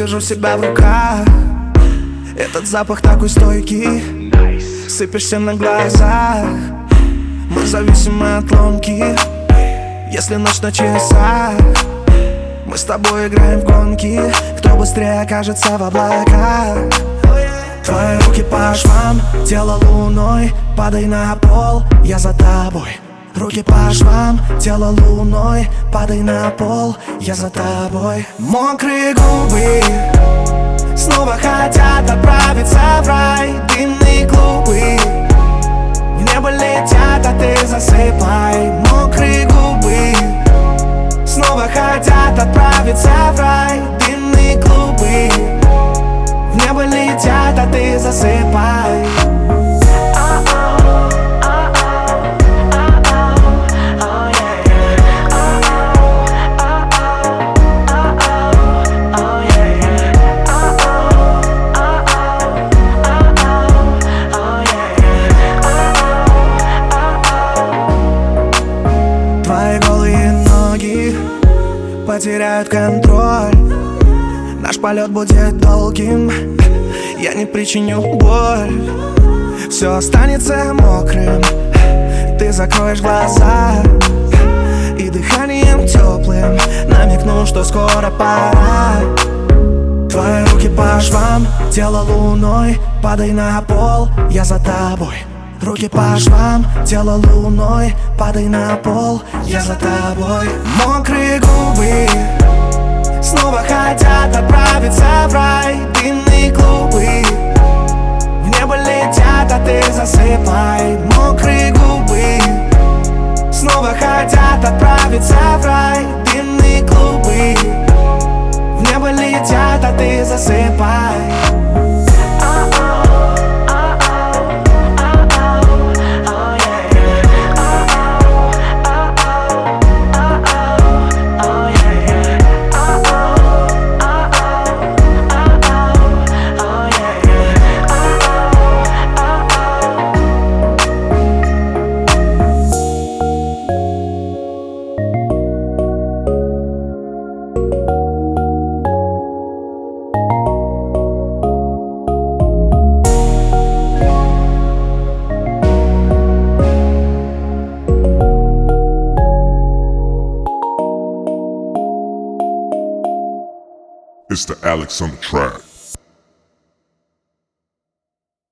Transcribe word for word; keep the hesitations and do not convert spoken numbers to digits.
держу себя в руках. Этот запах такой стойкий, сыпешься на глазах. Мы зависимы от ломки, если ночь на часах. Мы с тобой играем в гонки, кто быстрее окажется в облаках. Твои руки по швам, тело луной, падай на пол, я за тобой. Руки по швам, тело луной, падай на пол, я за тобой. Мокрые губы снова хотят отправиться в рай. Дымные клубы в небо летят, а ты засыпай. Мокрые губы снова хотят отправиться в рай. Дымные клубы в небо летят, а ты засыпай. Потеряют контроль, наш полет будет долгим. Я не причиню боль, все останется мокрым. Ты закроешь глаза и дыханием теплым намекну, что скоро пора. Твои руки по швам, тело луной, падай на пол, я за тобой. Руки по швам, тело луной, падай на пол, я за тобой. Мокрые губы снова хотят отправиться в рай. Дымные клубы в небо летят, а ты засыпай. Мокрые губы снова хотят отправиться в рай. Дымные клубы в небо летят, а ты засыпай. It's the Alex on the track.